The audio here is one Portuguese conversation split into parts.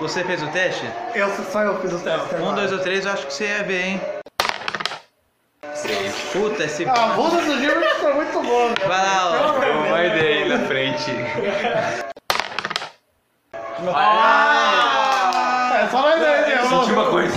Você fez o teste? Só eu fiz o teste. 1, 2 ou 3, eu acho que você ia ver, hein? 6. Puta, esse... A bunda do Gilbert foi muito boa. Vai lá, ó. Eu guardei na frente. É só mais ideia. Eu senti uma coisa.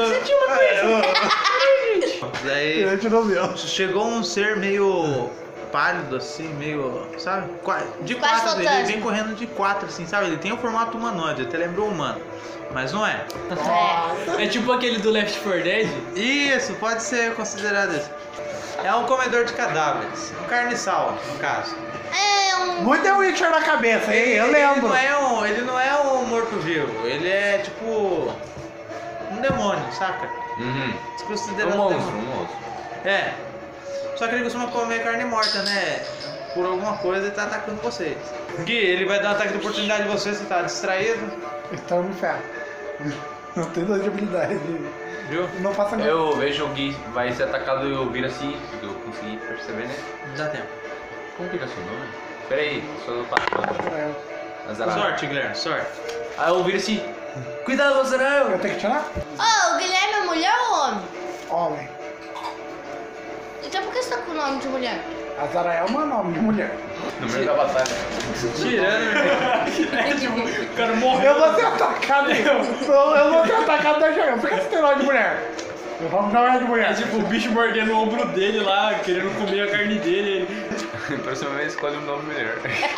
Daí A gente não viu. chegou um ser meio pálido, assim, meio, sabe? De Quase 4, ele fantasma. vem correndo de 4, assim, sabe? Ele tem o formato humanoide, até lembrou humano, mas não é. É. É tipo aquele do Left 4 Dead. Isso, pode ser considerado isso. É um comedor de cadáveres, um carniçal, no caso. É um. Muito The Witcher na cabeça, hein? Eu lembro. Ele não é um morto-vivo, ele é tipo um demônio, saca? Se considera Um monstro, demônio. um monstro. É. Só que ele costuma comer carne morta, né? Por alguma coisa e tá atacando vocês. Gui, ele vai dar um ataque de oportunidade em você, você tá distraído. Então no inferno. Não tem dor de habilidade. Viu? Não faça nada. Eu vejo o Gui vai ser atacado e eu viro assim, porque eu consegui perceber, né? Não dá tempo. Como que é seu nome? Pera aí, sou do Azarael. Sorte, Guilherme, sorte. Aí eu viro assim, cuidado, Azarael! Eu tenho que tirar? Ô, o Guilherme é mulher ou homem? Homem. Então por que você tá com o nome de mulher? Azarael é um nome de mulher. No meio da batalha. Tirando, meu. O cara morreu. Eu vou ser atacado. Eu vou ser atacado da jogando. Por que você tem nome de mulher? Meu nome não é de mulher. É tipo o bicho mordendo o ombro dele lá, querendo comer a carne dele. Próxima vez escolhe um nome melhor.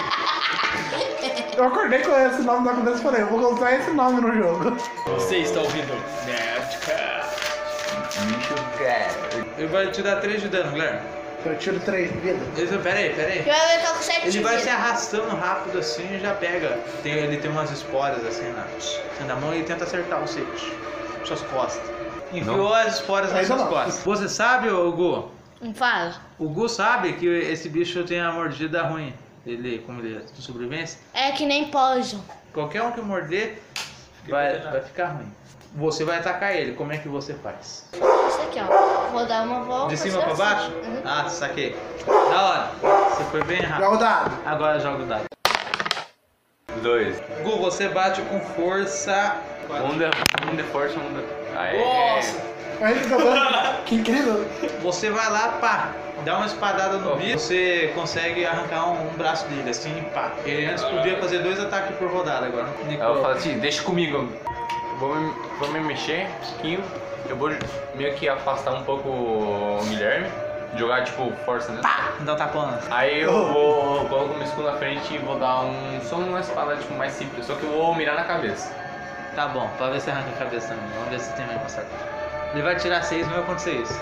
Eu acordei com esse nome na cabeça e falei, eu vou usar esse nome no jogo. Você está ouvindo Nerdcast. Bicho, cara. Ele vai te dar 3 de dano, Guilherme. Eu tiro 3 de vida. Pera aí. Que vai tá com 7 Ele vai se dias. arrastando rápido assim e já pega. Ele tem umas esporas assim na mão e tenta acertar você. Suas costas. Enfiou as esporas nas Ainda suas não. costas. Você sabe, ô Gu? Não fala. O Gu sabe que esse bicho tem a mordida ruim. Ele, como ele é de sobrevivência, É que nem poison. qualquer um que morder vai ficar ruim. Você vai atacar ele, como é que você faz? Isso aqui, ó. Vou dar uma volta. De cima pra assim. baixo? Uhum. Ah, saquei. Da hora. Você foi bem rápido. Joga o dado. Agora joga o dado. 2. Gu, você bate com força. Um de força, um de... Aê. Nossa! Aí ele tá dando. Que incrível. Você vai lá, pá, dá uma espadada no bicho, você consegue arrancar um braço dele, assim, pá. Ele antes podia fazer 2 ataques por rodada, agora não. Aí eu falo assim, deixa comigo. Vou me mexer um pouquinho. Eu vou meio que afastar um pouco o Guilherme. Jogar tipo força nele. Dá um tapão. Aí eu coloco meu escudo na frente e vou dar só uma espada tipo, mais simples, só que eu vou mirar na cabeça. Tá bom, pra ver se arranca a cabeça também. Vamos ver se tem mais passar. Ele vai tirar 6 e não vai acontecer isso.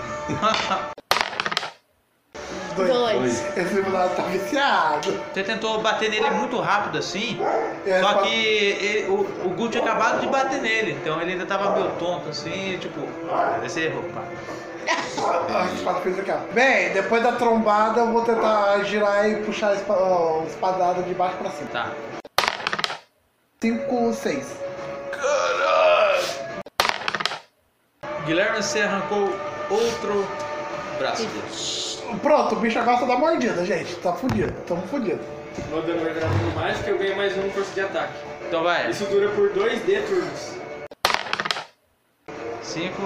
2. Esse dado tá viciado. Você tentou bater nele muito rápido assim, É, só só- que o Gu tinha acabado de bater nele, então ele ainda tava meio tonto assim, tipo, você errou, pá. A espada fez aqui, ó. Bem, depois da trombada eu vou tentar girar e puxar a espadada de baixo pra cima. Tá. 5, 6. Guilherme, você arrancou outro braço dele. Pronto, o bicho gosta da mordida, gente. Tá fudido. Tamo fudido. Meu dano vai virar muito mais porque eu ganhei mais um força de ataque. Então vai. Isso dura por 2D turnos. 5.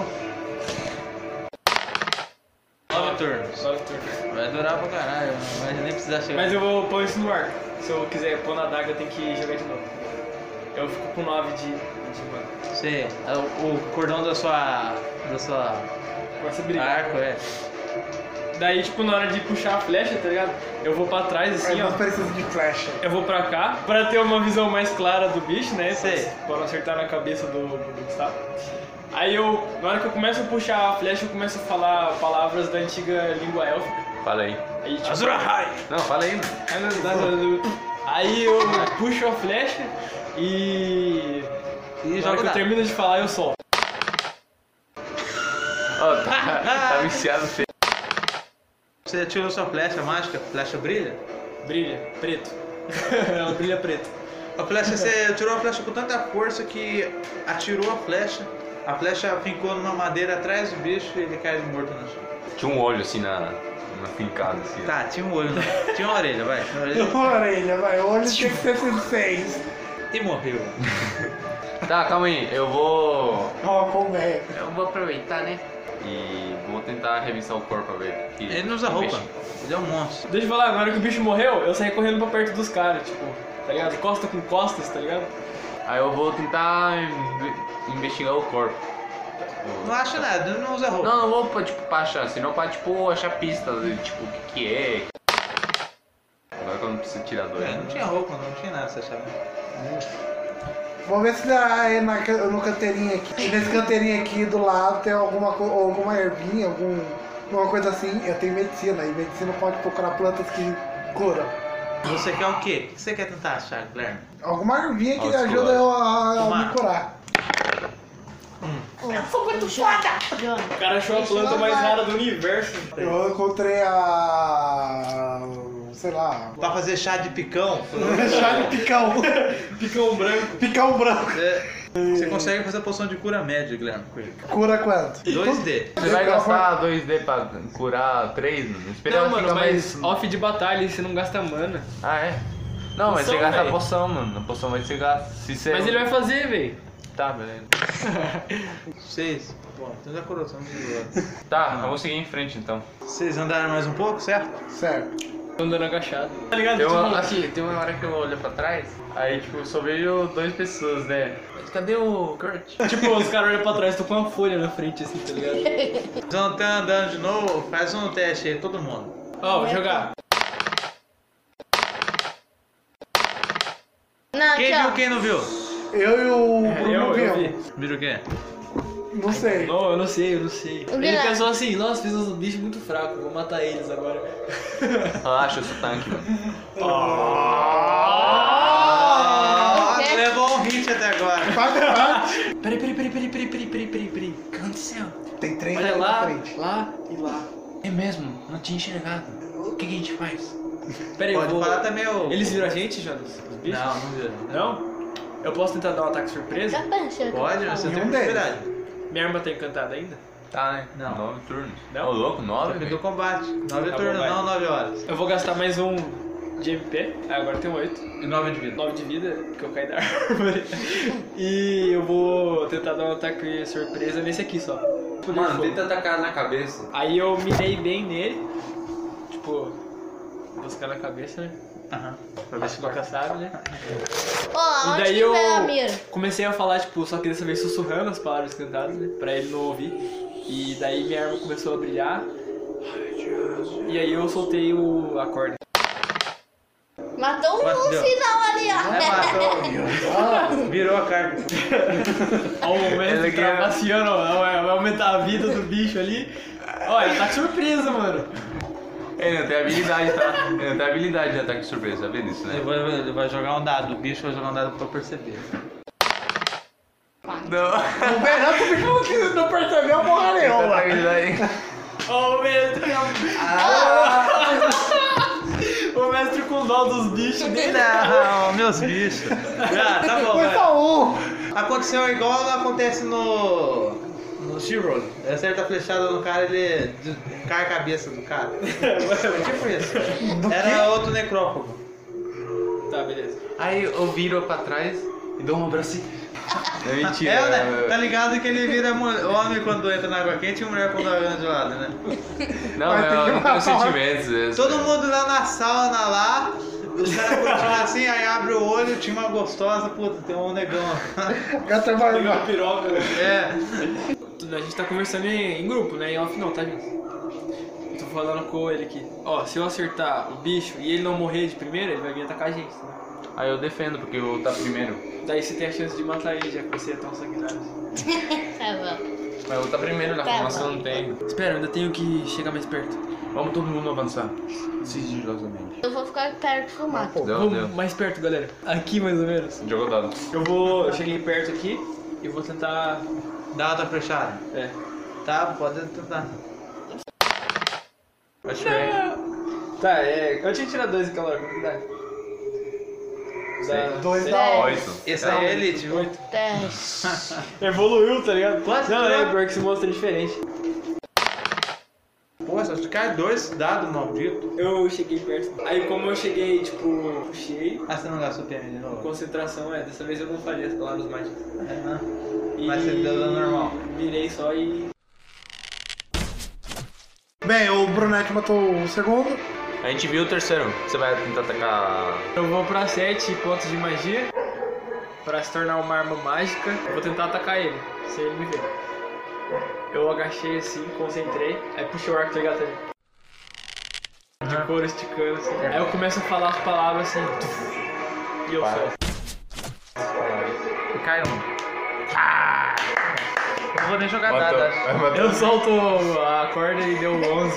9 turnos. 9 turnos. Vai durar pra caralho, mas nem precisar chegar. Mas eu vou pôr isso no ar. Se eu quiser pôr na daga, eu tenho que jogar de novo. Eu fico com 9 de mano. Você, o cordão da sua Com essa briga. arco é. Daí, tipo, na hora de puxar a flecha, tá ligado? Eu vou pra trás, assim, Eu ó. não preciso de flecha. Eu vou pra cá, pra ter uma visão mais clara do bicho, né? Sei. Pra não acertar na cabeça do Gustavo. Aí eu, na hora que eu começo a puxar a flecha, eu começo a falar palavras da antiga língua élfica. Fala aí. Aí, tipo, Azurahai! Não, fala aí, mano. aí eu puxo a flecha e... E Na hora joga que eu dado. termino de falar, eu solto. Ó, tá viciado feio. Você atirou sua flecha mágica, flecha brilha? Brilha, preto. Ela brilha preto. A flecha, você atirou a flecha com tanta força que atirou a flecha fincou numa madeira atrás do bicho e ele caiu morto no chão. Tinha um olho assim na fincada, assim. Tá, tinha um olho, né? Tinha uma orelha, vai. Tinha uma orelha. Orelha, vai. O olho tinha que ter sido 6. E morreu. Tá, calma aí. Eu vou aproveitar, né? E vou tentar revisar o corpo pra ver. Que Ele não usa roupa. Ele é um monstro. Deixa eu falar, na hora que o bicho morreu, eu saí correndo pra perto dos caras, tipo, tá ligado? Costa com costas, tá ligado? Aí eu vou tentar investigar o corpo. Não acha nada, ele não usa roupa. Não vou pra achar, senão pra achar pistas de tipo o que é. Agora que eu não preciso tirar dois. Não tinha roupa, não tinha nada, você achava. Vou ver se aí no canteirinho aqui. Nesse canteirinho aqui do lado tem alguma ervinha, alguma coisa assim. Eu tenho medicina, e medicina pode procurar plantas que curam. Você quer o quê? O que você quer tentar achar, Guilherme? Alguma ervinha que Autoescola. ajuda eu a Tomar. me curar. Eu sou muito foda! O cara achou a planta mais rara do universo. Eu encontrei sei lá. Pra fazer chá de picão. Chá de picão. Picão branco. Picão branco. Você consegue fazer a poção de cura média, Guilherme, com ele. Cura quanto? 2D. Você vai gastar 2D pra curar 3, mano? Espera Não, ela mano, ficar mas mais... off de batalha você não gasta mana. Ah, é? Não, mas Poção, você gasta a véi. poção, mano. A poção vai ser gasta. Se você... Mas ele vai fazer, velho. Tá, beleza. 6. Bom, então já curou, você não precisa. Tá, eu vou seguir em frente então. Vocês andaram mais um pouco, certo? Certo. Tô andando agachado. Tá ligado? Tem uma, Tipo, assim, tem uma hora que eu olho pra trás, aí tipo, eu só vejo 2 pessoas, né? Mas cadê o Kurt? tipo, os caras olham pra trás, tô com uma folha na frente, assim, tá ligado? Então tá andando de novo, faz um teste aí, todo mundo. Ó, vou jogar. Não, Quem aqui, viu, ó. quem não viu? Eu e o Bruno eu vimos. vi. Viram o quê? Não sei. Não, eu não sei. Ele Guilherme. pensou assim, nossa, fiz uns bichos muito fracos, vou matar eles agora. Relaxa, eu sou tanque, mano. Ah, Ok. levou um hit até agora. Bate. Peraí. O que aconteceu? Tem 3 Olha ali na lá, frente. lá e lá. É mesmo, não tinha enxergado. O que a gente faz? Peraí, eu Pode vou... falar também o... Eles viram a gente, Jonas? Os bichos? Não, não viram. Não? Eu posso tentar dar um ataque surpresa? Já pensei que Pode, eu você falo. tem dificuldade. Minha arma tá encantada ainda? Tá, né? Não. 9 turnos. Não? Ô, louco, 9? Depende do combate. 9 Tá turnos, bom, vai. não 9 horas. Eu vou gastar mais um de MP. Ah, agora tem 8. E 9 de vida. 9 de vida, que eu caí da árvore. E eu vou tentar dar um ataque surpresa nesse aqui só. Mano, tenta atacar na cabeça. Aí eu mirei bem nele. Tipo, buscar na cabeça, né? Aham. Pra ver Acho se que nunca sabe, né? Ó, aonde daí que eu- veio a mira? Comecei a falar, tipo, só que dessa vez sussurrando as palavras cantadas, né? Pra ele não ouvir. E daí minha arma começou a brilhar. E aí eu soltei a corda. Matou um Quanto deu? final ali, ó. matou. Virou a carga. Ó, o momento Ele que quer- trapaceando, ó, vai aumentar a vida do bicho ali. Olha, tá surpresa, mano. Ele não tem habilidade, tá? Ele não tem habilidade de ataque surpresa, tá vendo isso, né? Ele vai jogar um dado, o bicho vai jogar um dado pra eu perceber. Não. O melhor que o bicho não percebeu porra nenhuma. Ó, o mestre. O mestre com dó dos bichos dele. Não, meus bichos. Ah, tá bom, Foi vai. só um. Aconteceu igual acontece no Shiro. Ele acerta a flechada no cara, ele cai a cabeça do cara. Tipo isso. Era outro necrófago. Tá, beleza. Aí eu viro pra trás e dou um abraço assim. É mentira. É, né? Tá ligado que ele vira homem quando entra na água quente e mulher quando anda gelada, né? Não, Vai ter que eu não tenho matar. sentimentos. Todo mundo lá na sauna lá, os caras continuam assim, aí abre o olho, tinha uma gostosa, puta, tem um negão. Gata Pegar vai. uma piroca. É. A gente tá conversando em grupo, né? Em off não, tá, gente? Eu tô falando com ele aqui. Ó, se eu acertar o bicho e ele não morrer de primeira, ele vai vir atacar a gente, né? Aí eu defendo, porque eu vou estar primeiro. Daí você tem a chance de matar ele, já que você é tão sanguinário. Tá bom. Mas eu vou estar primeiro, na Tá formação bom. não tem. Espera, eu ainda tenho que chegar mais perto. Vamos todo mundo avançar. Sigilosamente. Eu vou ficar perto do mato. Deu, Vamos deu. mais perto, galera. Aqui, mais ou menos. Jogou dado. Eu cheguei perto aqui e vou tentar... Dá outra flechada. É. Tá, pode tentar. Acho que é. Tá, eu tinha que tirar 2 aquela hora, como que dá? Dá 2 seis. da 8. 8. Esse aí é elite, viu? 10. Evoluiu, tá ligado? Quase Não, tirou. é pior que esse monstro é diferente. Porra, Nossa, se cai 2 dados malditos. Eu cheguei perto. Aí como eu cheguei, tipo, puxei. Ah, você não gastou PM de novo? Concentração, dessa vez eu não falei as palavras mágicas. É, não. Mas você deu dano normal. Virei só e... Bem, o Brunetti matou o segundo. A gente viu o terceiro. Você vai tentar atacar. Eu vou pra 7 pontos de magia. Pra se tornar uma arma mágica. Eu vou tentar atacar ele, se ele me ver. Eu agachei assim, concentrei. Aí puxei o arco, tá ligado? De couro esticando assim. Aí eu começo a falar as palavras assim. E eu solto. E cai um. Ah! Eu não vou nem jogar Matou. nada. Vai matar. Eu solto a corda e deu 11.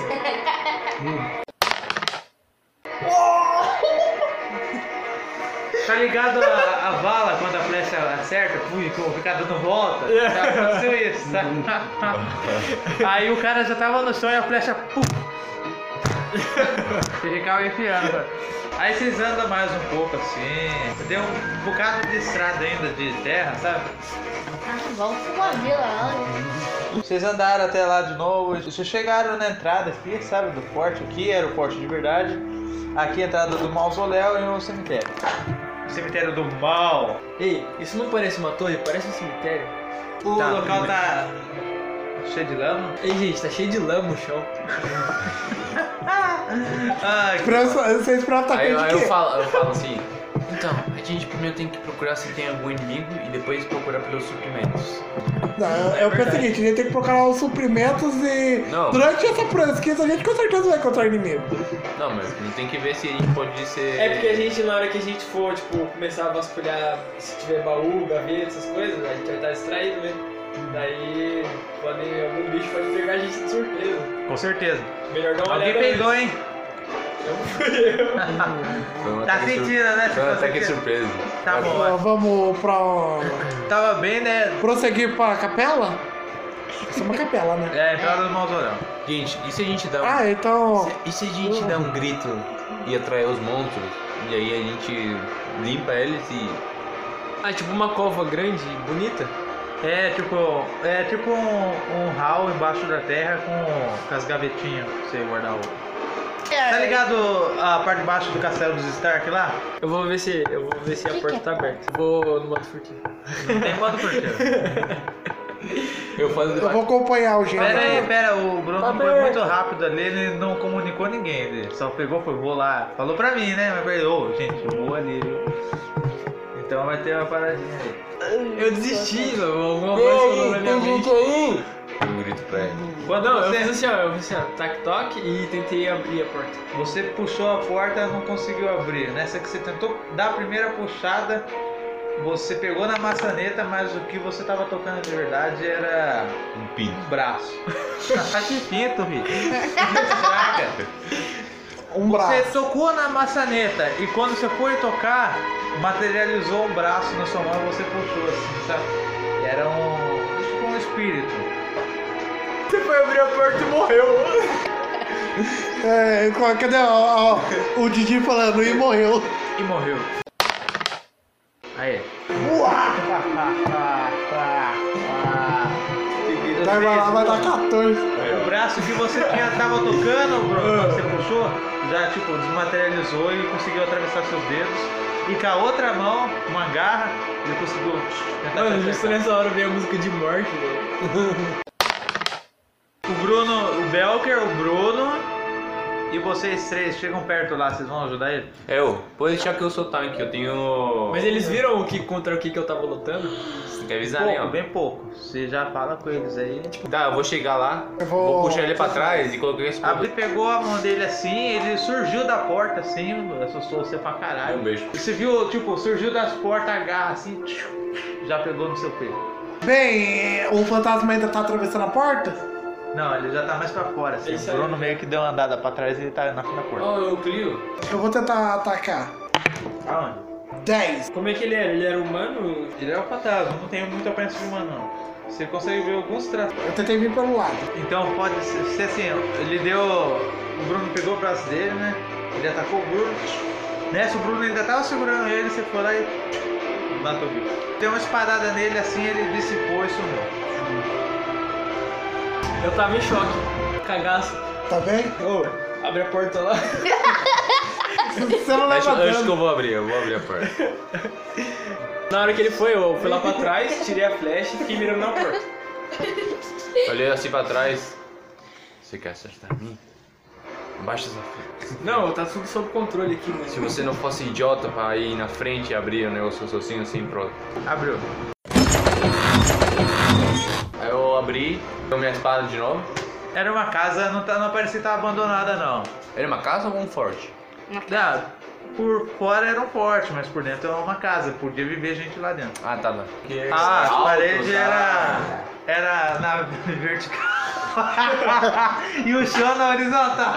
Tá ligado a vala quando a flecha acerta? Fui, ficar dando volta? Já aconteceu isso, tá? Aí o cara já tava no chão e a flecha. Puf! Você ficava enfiando. Aí vocês andam mais um pouco assim. Deu um bocado de estrada ainda de terra, sabe? Ah, vamos pra uma vila lá. Vocês andaram até lá de novo. Vocês chegaram na entrada aqui, sabe? Do forte aqui, era o forte de verdade. Aqui a entrada do mausoléu e o cemitério. O cemitério do mal. Ei, isso não parece uma torre, parece um cemitério. O local tá cheio de lama. Ei, gente, tá cheio de lama no chão. Ai, Você espera atacar Aí de eu quê? falo assim. Então, a gente primeiro tem que procurar se tem algum inimigo e depois procurar pelos suprimentos. Não, eu penso o seguinte, a gente tem que procurar os suprimentos e... Não. Durante essa pesquisa a gente com certeza vai encontrar inimigo. Não, mas a gente tem que ver se a gente pode ser. É porque a gente, na hora que a gente for, tipo, começar a vasculhar, se tiver baú, gaveta, essas coisas, a gente vai estar distraído, né? Daí, algum bicho pode pegar a gente de surpresa. com certeza. Melhor dar uma Alguém olhada pegou, antes. hein? Não fui eu. Foi um Tá ataque sentindo, né? Foi um ataque Sentindo. surpresa. Tá bom, Ó, vamos pra... Tava bem, né? prosseguir pra capela? Isso é uma capela, né? É a entrada do mausoléu. Gente, e se a gente dá Ah, então... E se a gente der um grito e atrair os monstros? E aí a gente limpa eles e. Ah, tipo uma cova grande, bonita. É tipo um hall embaixo da terra com as gavetinhas pra você guardar o. Tá ligado a parte de baixo do castelo dos Stark lá? Eu vou ver se a porta tá aberta. Vou no modo furtivo. Não tem modo porteiro. Eu faço. Eu vou acompanhar o gênero. Pera, o Bruno Tá foi aberto. muito rápido ali, ele não comunicou ninguém. Ele só pegou, vou lá. Falou pra mim, né? Mas perdeu, gente, eu vou ali, viu? Então vai ter uma paradinha aí. Eu desisti, alguma coisa falou na minha mente. aí! Um grito pra ele. Quando Não, eu você, fiz assim, ó, tac-toc e tentei abrir a porta. você puxou a porta e não conseguiu abrir. Nessa que você tentou dar a primeira puxada, você pegou na maçaneta, mas o que você tava tocando de verdade era Um pinto. um braço. Tá que pinto, filho. Estraga. Um Você braço. tocou na maçaneta e quando você foi tocar, materializou um braço na sua mão e você puxou assim, sabe? E era tipo um espírito. Você foi abrir a porta e morreu. É, cadê o Didi falando e morreu? E morreu. Aí. Vai lá, vai dar 14. O braço que você tava tocando, Bruno, quando você puxou, já tipo desmaterializou e conseguiu atravessar seus dedos. E com a outra mão, uma garra, ele conseguiu tentar Mano, te justo acertar. nessa hora veio a música de morte, velho. O Bruno, o Belker, o Bruno e vocês três chegam perto lá, vocês vão ajudar ele? Pode deixar que eu sou tanque, eu tenho. Mas eles viram contra o que eu tava lutando? Você tem que avisar, né? Pouco, Ó. bem pouco. Você já fala com eles aí. Tá, eu vou chegar lá, Eu vou puxar ele pra trás e colocar esse Abri pegou a mão dele assim, ele surgiu da porta assim, assustou você pra caralho. Um beijo. E você viu, tipo, surgiu das portas, a garra assim, já pegou no seu peito. Bem, o fantasma ainda tá atravessando a porta? Não, ele já tá mais pra fora, assim. Ele O saiu. Bruno meio que deu uma andada pra trás e ele tá na frente da porta. Ó, eu Clio. Eu vou tentar atacar. Aonde? 10. Como é que ele era? Ele era humano? Ele é o fantasma, não tem muita aparência de humano não. Você consegue ver alguns traços. Eu tentei vir pelo lado. Então pode ser assim, ó, ele deu. O Bruno pegou o braço dele, né? Ele atacou o Bruno. Nessa o Bruno ainda tava segurando ele, você foi lá e matou o bicho. Deu uma espadada nele assim, ele dissipou e sumiu. Eu tava em choque. Cagaço. Tá bem? Ô, abre a porta lá. Você não leva Acho que dano. eu vou abrir a porta. Na hora que ele foi, eu fui lá pra trás, tirei a flecha e fiquei mirando na porta. Olhei assim pra trás. Você quer acertar mim? Abaixa essa frente. Não, tá tudo sob controle aqui, né? Se você não fosse idiota pra ir na frente e abrir o negócio sozinho assim, pronto. Abriu. Aí eu abri, deu minha espada de novo. Era uma casa, não parecia que tava abandonada não. Era uma casa ou um forte? Não, por fora era um forte, mas por dentro era uma casa. Podia viver gente lá dentro. Ah, tá lá. A parede era na vertical. E o chão na horizontal.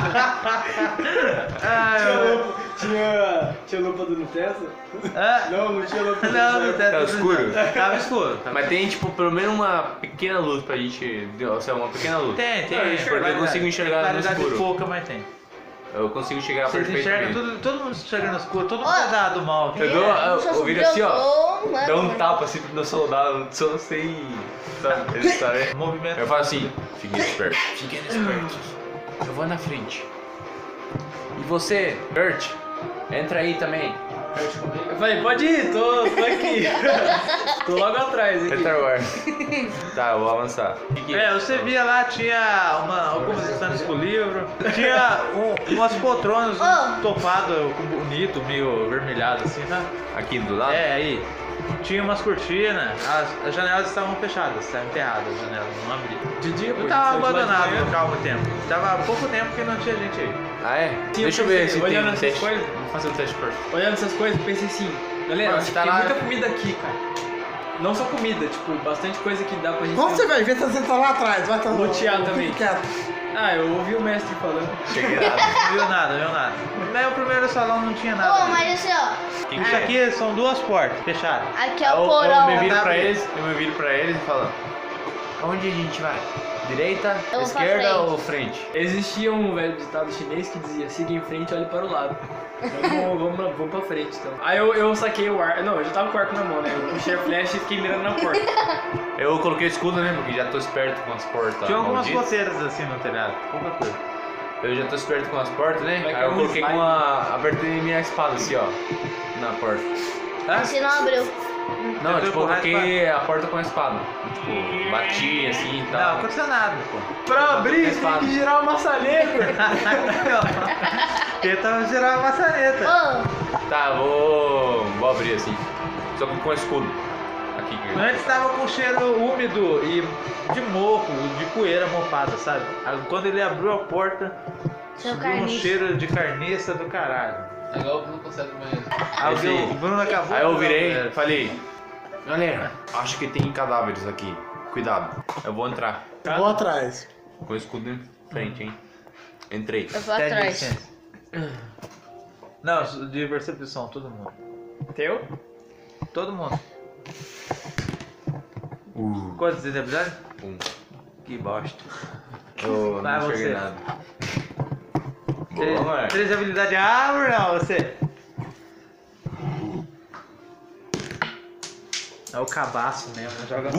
Tinha lâmpada no teto? Ah, Não tinha lâmpada não, no teto. Tá escuro? Tava escuro. Mas tem tipo pelo menos uma pequena luz pra gente. Ou seja, uma pequena luz. Tem. Porque eu consigo enxergar no Claridade escuro. pouca, mas tem. Eu consigo chegar Vocês enxergam, perfeitamente. todo mundo enxerga no escuro, todo mundo é dado mal. Eu dou, eu viro assim, ó. Mano, Dá um tapa assim no soldado, só sem. Sabe? Esse cara aí. Movimento. Eu falo assim, fiquem espertos. Fiquem espertos. Eu vou na frente. E você, Bert, entra aí também. Eu falei, pode ir, tô aqui. Tô logo atrás aqui. Star Wars. Tá, eu vou avançar. Você via lá, tinha algumas estantes com livro, tinha umas poltronas topadas, bonito, meio vermelhado assim, né? Aqui do lado? É, aí. Tinha umas cortinas, as janelas estavam fechadas, estavam enterradas as janelas, não abriam. De dia, pô. Não tava saiu de lá de abandonado o manhã. local há muito tempo. Tava há pouco tempo que não tinha gente aí. Ah, é? Sim, Deixa eu pensei, ver se tem olhando um essas teste. coisas. Vamos fazer um teste por. Olhando essas coisas, eu pensei assim, galera, Mano, acho que tá tem lá- muita comida aqui, cara. Não só comida, tipo, bastante coisa que dá pra gente... Como você vai ver se você tá lá atrás? Vai estar Lutear também. quieto. Ah, eu ouvi o mestre falando. Cheguei lá. Não viu nada. Daí o primeiro salão não tinha nada. Ô, mas assim, ó. Isso aqui são duas portas fechadas. Aqui é o Eu porão. me viro tá pra aberto. eles e falo: onde a gente vai? Direita, Eu vou pra esquerda frente. ou frente? Existia um velho ditado chinês que dizia, siga em frente e olhe para o lado. Então vamos pra frente, então. Aí eu saquei o arco, não, eu já tava com o arco na mão, né? Eu puxei a flecha e fiquei mirando na porta. Eu coloquei o escudo, né? Porque já tô esperto com as portas. Tinha algumas malditas. goteiras assim no telhado, pouca coisa. Eu já tô esperto com as portas, né? Vai Aí eu cair um coloquei slime. com a. Apertei minha espada assim, ó. Na porta. Você não abriu. Não, Tentou tipo, eu empurrar coloquei a porta com a espada. Tipo, bati assim e Não, tal. aconteceu nada, pô. Pra abrir, tem Espada. que girar uma maçaneta. Tentava girar a maçaneta. Ô, Tá, vou abrir assim. Só que com escudo. Aqui. Antes tava com cheiro úmido e de mofo, de poeira mofada, sabe? Aí, quando ele abriu a porta, Seu subiu um carniça. cheiro de carniça do caralho. É igual o Bruno consegue banheiro. Aí Esse- o Bruno acabou. Aí eu de- virei e falei: galera, acho que tem cadáveres aqui. Cuidado. Eu vou entrar. Vou atrás. Com o escudo em frente, hein? Entrei. eu vou Pede atrás. licença. Não, de percepção, todo mundo. Teu? Todo mundo. Quantos de habilidade? Que bosta. Eu Vai, não enxerguei você. nada. Boa, mano. 3 de habilidade. Ah, Bruno, você. É o cabaço mesmo, joga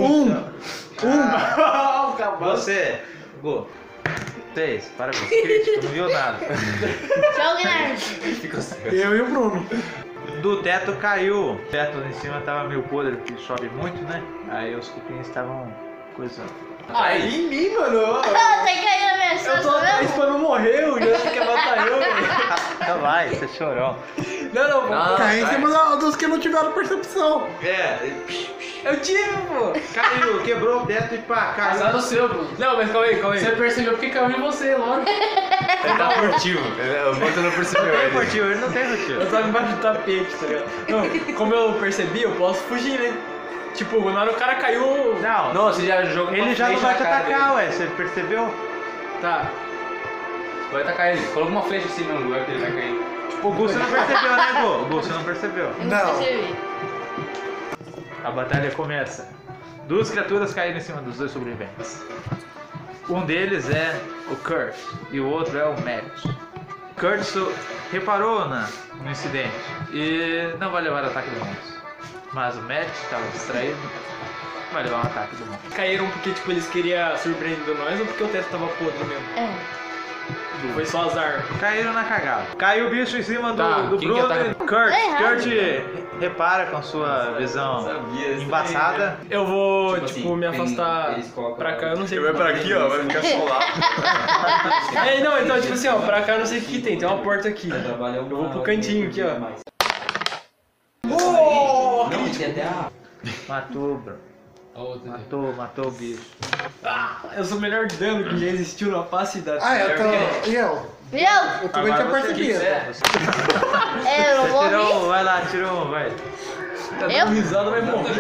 O cavalo. Você, Go. 3, parabéns. Crítico, não viu nada. Tchau, Guilherme. Eu e o Bruno. Do teto caiu. O teto lá em cima tava meio podre, porque chove muito, né? Aí os cupins estavam coisando. Aí em mim, mano. Ah, tem que cair na minha Eu chance tô atrás mesmo? pra não morrer, o José quer matar eu, velho. Então vai, você chorou. Não, Não. Cai em cima dos que não tiveram percepção. É, eu tive, pô. caiu, quebrou o teto e pá, Azar caiu. do seu, Bruno. Não, mas calma aí. Você percebeu porque caiu em você, logo. Ele tá furtivo. O Boto não percebeu Não tem ele. motivo, ele não tem motivo. Eu tava embaixo do tapete, tá ligado? Não, como eu percebi, eu posso fugir, né? Tipo, na hora o cara caiu. Não, Não, você já jogou ele uma já não flecha vai na te cara atacar, dele. ué, você percebeu? Tá. Vai atacar ele. Coloca uma flecha assim no lugar que ele vai cair. O Gu você não percebeu, né, Gu? O Gu você não percebeu. Eu Não. percebi. A batalha começa. Duas criaturas caíram em cima dos dois sobreviventes. Um deles é o Kurt e o outro é o Matt. Kurt reparou no incidente e não vai levar ataque do monstro. Mas o Matt estava distraído, vai levar um ataque do monstro. Caíram porque, tipo, eles queriam surpreender nós ou porque o teto tava podre mesmo? É. Foi só azar. Caíram na cagada. Caiu o bicho em cima Tá, do quem Bruno. que ataca? Kurt, É errado. Kurt repara com sua visão embaçada. Eu vou, Tipo tipo, assim, me tem- afastar eles colocam pra cá, eu não sei. Ele vai pra aqui, ó, vai ficar só lá. É, não, então, tipo assim, ó, pra cá eu não sei o que tem uma porta aqui. Eu vou pro cantinho aqui, ó. Não, tem até a... Matou, Bruno. A outra ali. Matou o bicho. Eu sou o melhor dano que já existiu na face da Ah, eu Terra. tô. E eu? Eu? Eu também tinha percebido. Eu vou Tirou, vai lá, tirou um, vai. Tá Eu? dando risada, vai morrer.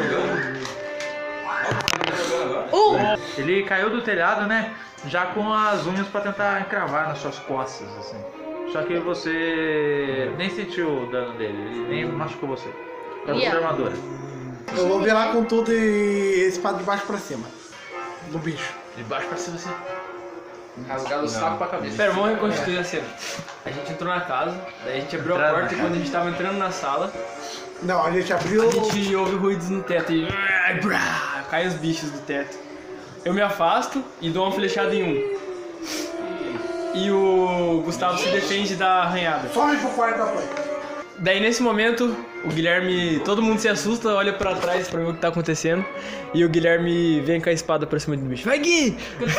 Ele caiu do telhado, né? Já com as unhas pra tentar encravar nas suas costas, assim. Só que você nem sentiu o dano dele, ele nem machucou você. Por causa da Yeah. sua armadura. Eu vou virar com tudo e espada de baixo pra cima. Do bicho. De baixo pra cima assim. Rasgado o saco pra cabeça. Pera, vamos reconstituir a cena. A gente entrou na casa, daí a gente abriu a Entrando porta e na quando a gente tava entrando na sala, Não, a gente abriu. a gente ouve ruídos no teto e cai os bichos do teto. Eu me afasto e dou uma flechada em um. E o Gustavo se defende da arranhada. Some pro quarto da play. Daí nesse momento, o Guilherme, todo mundo se assusta, olha pra trás pra ver o que tá acontecendo. E o Guilherme vem com a espada pra cima do bicho. Vai, Gui!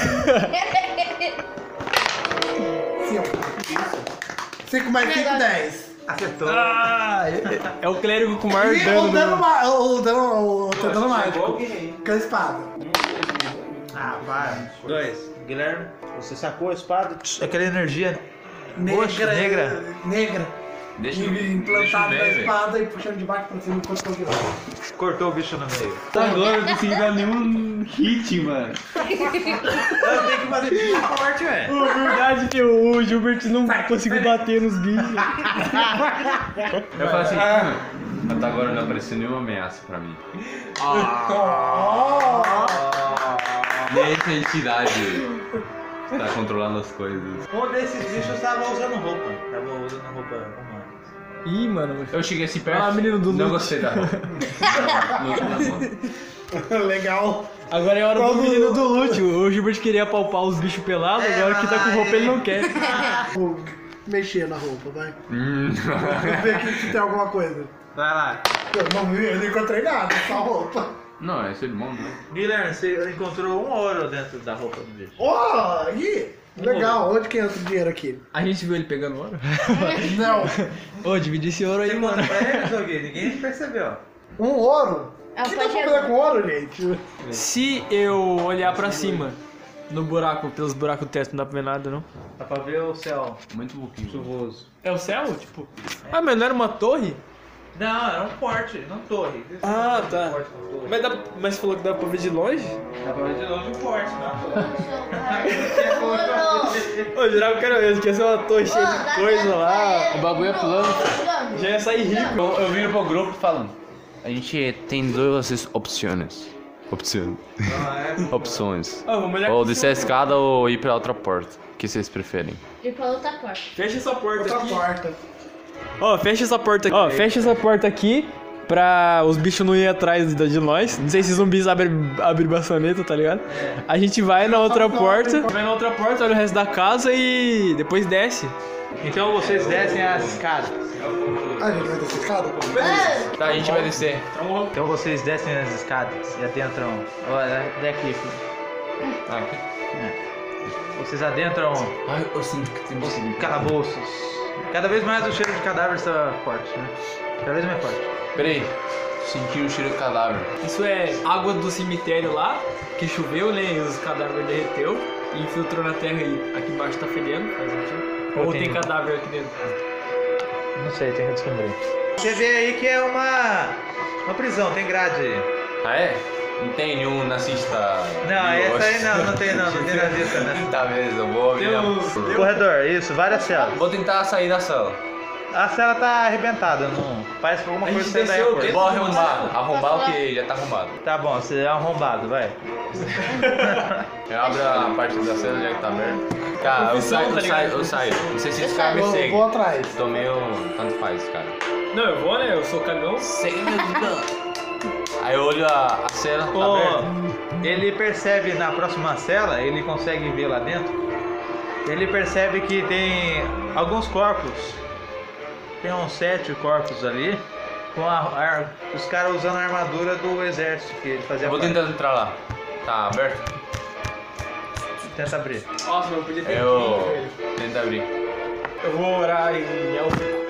5 mais 5, 10. Acertou. Ah, é o clérigo com o maior E dano o dano, do... o dano mágico. Com a espada. Ah, vai. 2. Guilherme, você sacou a espada, aquela energia roxa, negra. Negra. Deixa E implantado deixa eu na ver, velho. espada e puxando de baixo pra cima enquanto eu virar. Cortou o bicho no meio. Agora eu não consegui dar nenhum hit, mano. Tem que fazer bicho forte, velho. Verdade que o Gilbert não conseguiu bater nos bichos. Eu falo assim, até agora não apareceu nenhuma ameaça pra mim. Nem essa entidade tá controlando as coisas. Um desses bichos tava usando roupa. Tava usando roupa humana. Ih, mano. Eu cheguei assim perto, Ah, menino do não Luke. gostei da roupa. Não. Legal. Agora é hora Qual do do- menino do loot. O Gilbert queria palpar os bichos pelados, agora que tá com roupa ele não quer. Vou mexer na roupa, vai. Vamos ver aqui se tem alguma coisa. Vai lá. Eu não encontrei nada, só roupa. Não, é ser bom, né? Guilherme, você encontrou um ouro dentro da roupa do bicho. Oh, aí. Legal, onde que entra o dinheiro aqui? A gente viu ele pegando ouro? Não. Ô, dividi esse ouro aí, Você mano. conta pra ele, Zogui? Ninguém percebeu. Um ouro? Ah, O que dá pode pra ir. fazer com ouro, gente? Se eu olhar pra cima, no buraco, pelos buracos do teto, não dá pra ver nada, não? Dá pra ver o céu Muito pouquinho. chuvoso. É o céu? Tipo... Ah, mas não era uma torre? Não, era um forte, não torre. Ah, tá. Um forte, não torre. Mas você falou que dá pra ver de longe? Dá pra ver de longe um forte, não. Ô, geral, eu quero mesmo, que ia ser uma torre cheia de coisa lá. O bagulho é plano. Já ia sair rico. Eu viro pro grupo falando. A gente tem duas opções. Opções. Ah, vamos olhar Ou aqui. descer a escada ou ir pra outra porta. O que vocês preferem? E pra outra porta. Fecha essa porta Outra aqui. porta. Ó, fecha essa porta aqui. Ó, fecha essa porta aqui pra os bichos não irem atrás de nós. Não sei se zumbis abrem maçaneta, tá ligado? A gente vai na outra porta. Vai na outra porta, olha o resto da casa e depois desce. Então vocês descem as escadas. Ah, a gente vai descer a escada? Tá, a gente vai descer. Então vocês descem as escadas e adentram. Olha, daqui, filho. Ah, aqui. Vocês adentram Ai, eu sinto que tem os calabouços. Cada vez mais o cheiro de cadáver está forte, né? Cada vez mais forte. Peraí. Senti o cheiro de cadáver. Isso é água do cemitério lá, que choveu, né? E os cadáveres derreteu e infiltrou na terra e aqui embaixo tá fedendo, faz sentido. Ou tem cadáver aqui dentro? Não sei, tem que descobrir. Você vê aí que é uma prisão, tem grade aí. Ah, é? Não tem nenhum nazista. Não, biótico? essa aí não tem nazista, né? Tá, beleza, eu vou abrir a... Corredor, isso, várias celas. Vou tentar sair da sala. A cela tá arrebentada, não. Parece que alguma A coisa gente saiu daí desceu a porta. Vou arrombar o que já tá arrombado. Tá bom, você é arrombado, vai. Eu abro a parte da cela, já que tá aberto. Cara, eu Confissão, saio, tá eu saio, ligado? eu saio. Não sei se esse cara me Vou segue. atrás. Tô meio... tanto faz, cara. Não, eu vou, né? Eu sou cagão. Aí eu olho a cela, tá Ô, aberta. ele percebe na próxima cela, ele consegue ver lá dentro ele percebe que tem alguns corpos. Tem uns 7 corpos ali. Com os caras usando a armadura do exército que ele fazia. Eu vou parte. tentar entrar lá. Tá aberto? Tenta abrir. Nossa, não podia ter Eu velho. tento abrir. Eu vou orar em élfico.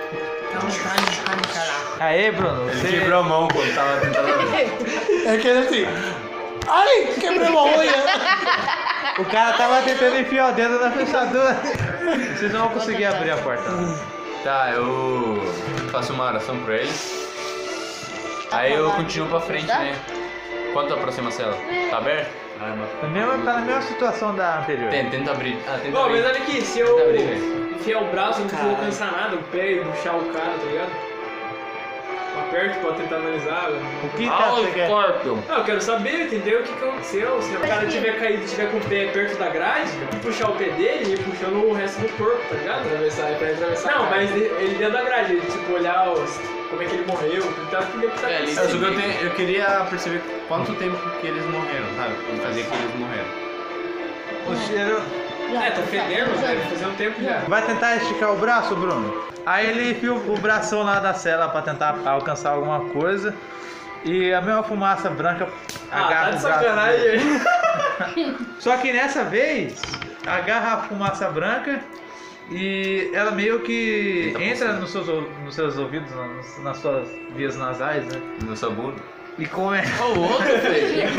Aê, Bruno, Ele você... quebrou a mão quando tava tentando abrir. É aquele assim. Ai, quebrei uma unha. O cara tava tentando enfiar o dedo na fechadura. Vocês não vão conseguir abrir a porta. Tá, eu faço uma oração pra ele. Aí eu continuo pra frente, né? Quanto aproxima a cela? Tá aberto? Tá na mesma situação da anterior. Tenta abrir. Ah, tenta Bom, abrir. mas olha aqui, se Tenta eu abrir, velho. enfiar o braço, não vou alcançar nada, o pé e puxar o cara, tá ligado? Aperto pra tentar analisar. O que Ah, você quer? Scorpion! Não, eu quero saber, entendeu? O que aconteceu. Se o cara tiver caído e tiver com o pé perto da grade, eu puxar o pé dele e ir puxando o resto do corpo, tá ligado? Atravessar, pra atravessar. Não, mas ele dentro da grade, ele, tipo, olhar como é que ele morreu, tentar entender o que tá É, ali acontecendo. Eu queria perceber quanto tempo que eles morreram, sabe? E fazer que eles morreram. O cheiro... É, tá fedendo, velho, fazia um tempo já. Vai tentar esticar o braço, Bruno? Aí ele enfia o bração lá da cela pra tentar alcançar alguma coisa. E a mesma fumaça branca agarra tá de o braço sacanagem dele. aí. Só que nessa vez, agarra a fumaça branca e ela meio que entra nos seus ouvidos, nas suas vias nasais, né? No seu bunda. E come... O outro, velho.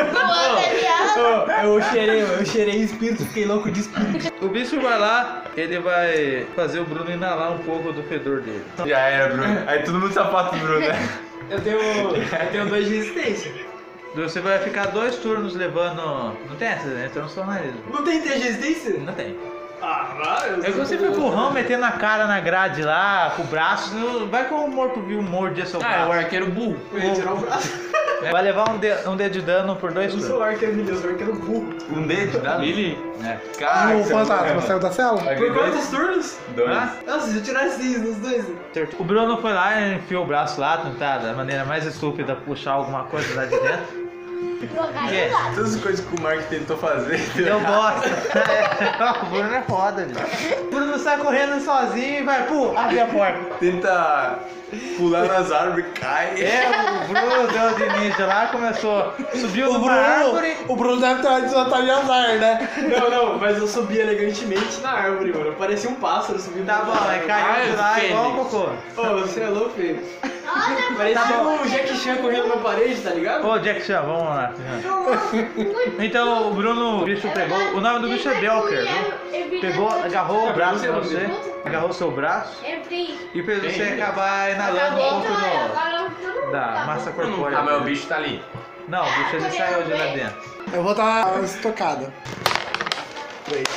Eu cheirei espírito, fiquei louco de espírito. O bicho vai lá, ele vai fazer o Bruno inalar um pouco do fedor dele. Já era, Bruno. Aí todo mundo sapato do Bruno, né? Eu tenho 2 de resistência. Você vai ficar 2 turnos levando... Não tem essa, entra no seu nariz. Não tem 3 de resistência? Não tem. Ah, vai. É que você foi empurrão, metendo a cara na grade lá, com o braço, vai com o morto-vivo morder seu Ah, é o braço. arqueiro burro. Eu ia tirar o braço. Vai levar um dedo de dano por 2 Eu turnos. sou o arqueiro milho, sou o arqueiro burro. Um dedo da Mili? É. Caraca. O fantasma saiu da cela? Por quantos turnos? Dois. Ah, Nossa, se eu tirar 6 nos dois. o Bruno foi lá e enfiou o braço lá, tentar da maneira mais estúpida puxar alguma coisa lá de dentro. Que? Todas as coisas que o Mark tentou fazer. Eu gosto. O Bruno é foda, velho. O Bruno sai correndo sozinho e vai, abre a porta. Tenta pular nas árvores, cai. É, o Bruno deu de ninja lá, começou, subiu numa árvore. O Bruno deve ter uma desvantagem de azar, né? Não, mas eu subi elegantemente na árvore, mano. Eu parecia um pássaro subindo. Tá bom, aí caiu de lá igual o cocô. Ô, você é louco, filho. Parecia o Jack Chan correndo na parede, tá ligado? Ô, Jack Chan, vamos lá. Então o Bruno, o bicho pegou, o nome do bicho é Belker, viu? Pegou, agarrou o braço de você, agarrou o seu braço e fez você acabar inalando um pouco da massa corpórea. Ah, mas o bicho tá ali. Não, o bicho ele saiu de lá dentro. Eu vou dar estocada. 3.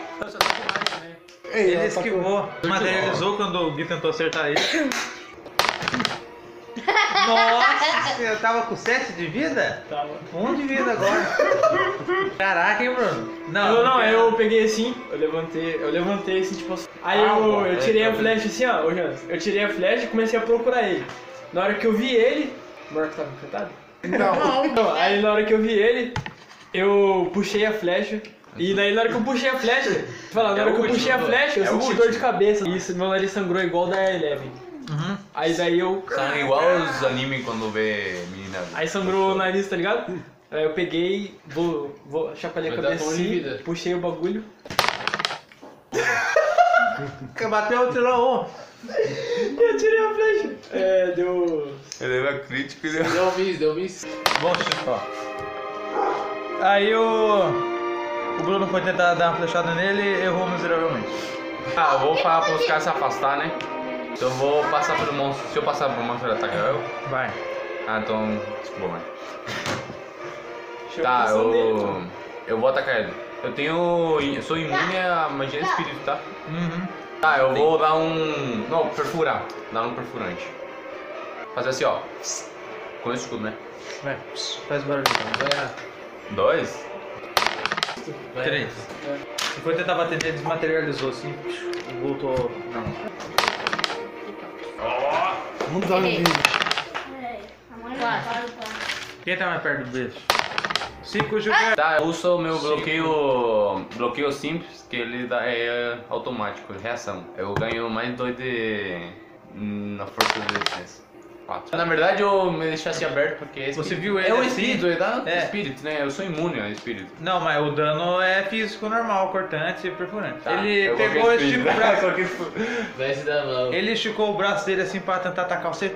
Ei, Ele ela tá esquivou, materializou quando o Gui tentou acertar ele. Nossa, eu tava com 7 de vida? Tava. 1 de vida agora. Caraca, hein, Bruno? Eu peguei assim, eu levantei assim, tipo assim. Aí eu tirei a flecha assim, ó, ô Jonas. Eu tirei a flecha e comecei a procurar ele. Na hora que eu vi ele. O Marco tava encantado? Não. Aí na hora que eu vi ele, eu puxei a flecha. E daí na hora que eu puxei a flecha, na hora que eu puxei a flecha, eu senti dor de cabeça. E isso, meu nariz sangrou igual da Eleven. Uhum. Aí daí eu. Sangue igual os animes quando vê menina. Aí sangrou o nariz, tá ligado? Aí eu peguei, vou chacoalhar a Vai dar cabeça tom de assim, vida. puxei o bagulho. Bateu, tirou 1. E eu tirei a flecha. É, deu. Ele leva crítico e deu. Deu miss. Bom chutão. Aí o Bruno foi tentar dar uma flechada nele e errou miseravelmente. Ah, eu vou falar pros caras se afastar, né? Então eu vou passar pelo monstro. Se eu passar pelo monstro, ele ataca eu? Vai. Ah, então. Desculpa, mano. Chama a Tá, atenção dele, eu vou atacar ele. Eu sou imune à magia do espírito, tá? Uhum. Tá, eu vou dar um. Não, perfurar. Dar um perfurante. Fazer assim, ó. Com esse escudo, né? Vai. Faz barulho. Vai. 2. 3. Você foi tentar bater nele, desmaterializou assim. Voltou. Não. Vamos dar um vídeo. Quem tá mais perto do bicho? 5 jogar. Tá, eu uso o meu bloqueio simples, que ele é automático, reação. Eu ganho mais 2 na força de resistência. 4. Na verdade eu me deixasse aberto porque é Você viu ele é um assim? espírito, ele dá É. espírito, né? Eu sou imune a espírito. Não, mas o dano é físico normal, cortante e perfurante. Tá, Ele eu vou pegou e ver esticou o espírito. braço. Só que Vai se dar mal. Ele esticou o braço dele assim pra tentar atacar você.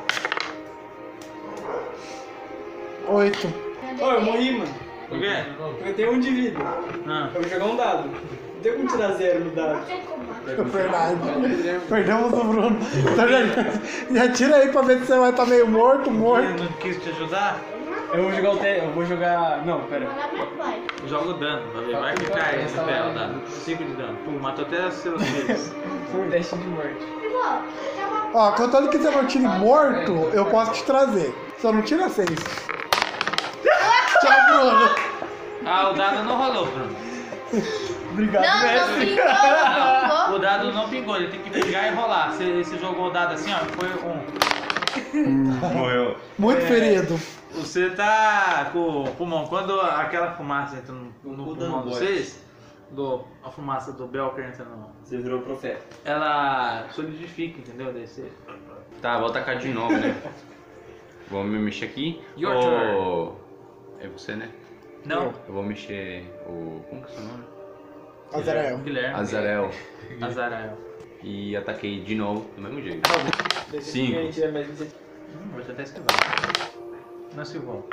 8. Ô, eu morri, mano. Por quê? Eu tenho 1 de vida. Ah. Eu vou jogar um dado. Não tem como tirar 0 no dado. É verdade. Perdemos o Bruno. Então já tira aí pra ver se você vai estar meio morto, morto. Ele não quis te ajudar? Eu vou jogar o Eu vou jogar. Não, pera. Joga o dano, vai ver. Vai que cai esse tela, dá 5 de dano. Pum, matou até os seus filhos. Foi um teste de morte. Ó, contando que você não tire morto, eu posso te trazer. Só não tira 6. Tchau, Bruno. Ah, o dado não rolou, Bruno. Obrigado, Não, não mestre. pingou, não pingou. O dado não pingou, ele tem que pingar e rolar. Você jogou o dado assim, ó, foi 1. morreu. Muito ferido. Você tá com o pulmão. Quando aquela fumaça entra no pulmão de vocês, a fumaça do Belker entra no. Você virou profeta. Ela solidifica, entendeu? Daí você. Tá, vou atacar de novo, né? Vou me mexer aqui. Your Ô, turn. é você, né? Não, Eu vou mexer o... Como que é o seu nome? Azarel. Guilherme. Azarel. Azarael. E ataquei de novo, do mesmo jeito. Deixa 5. a gente tiver mais 17. Você até esquivar. Não se volta.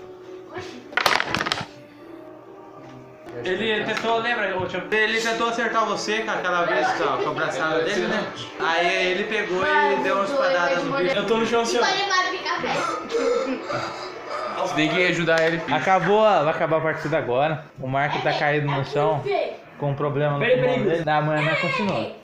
Ele tentou, lembra? Ele tentou acertar você com aquela vez com a braçada dele, né? Aí ele pegou e deu uma espadada no bicho. Eu tô no chão assim, ó. Pode levar ficar perto. Você tem que ajudar ele, filho. Acabou, vai acabar a partida agora. O Marco tá caído no chão com um problema no Peraí, pulmão peraí. dele. Na manhã nós continuamos.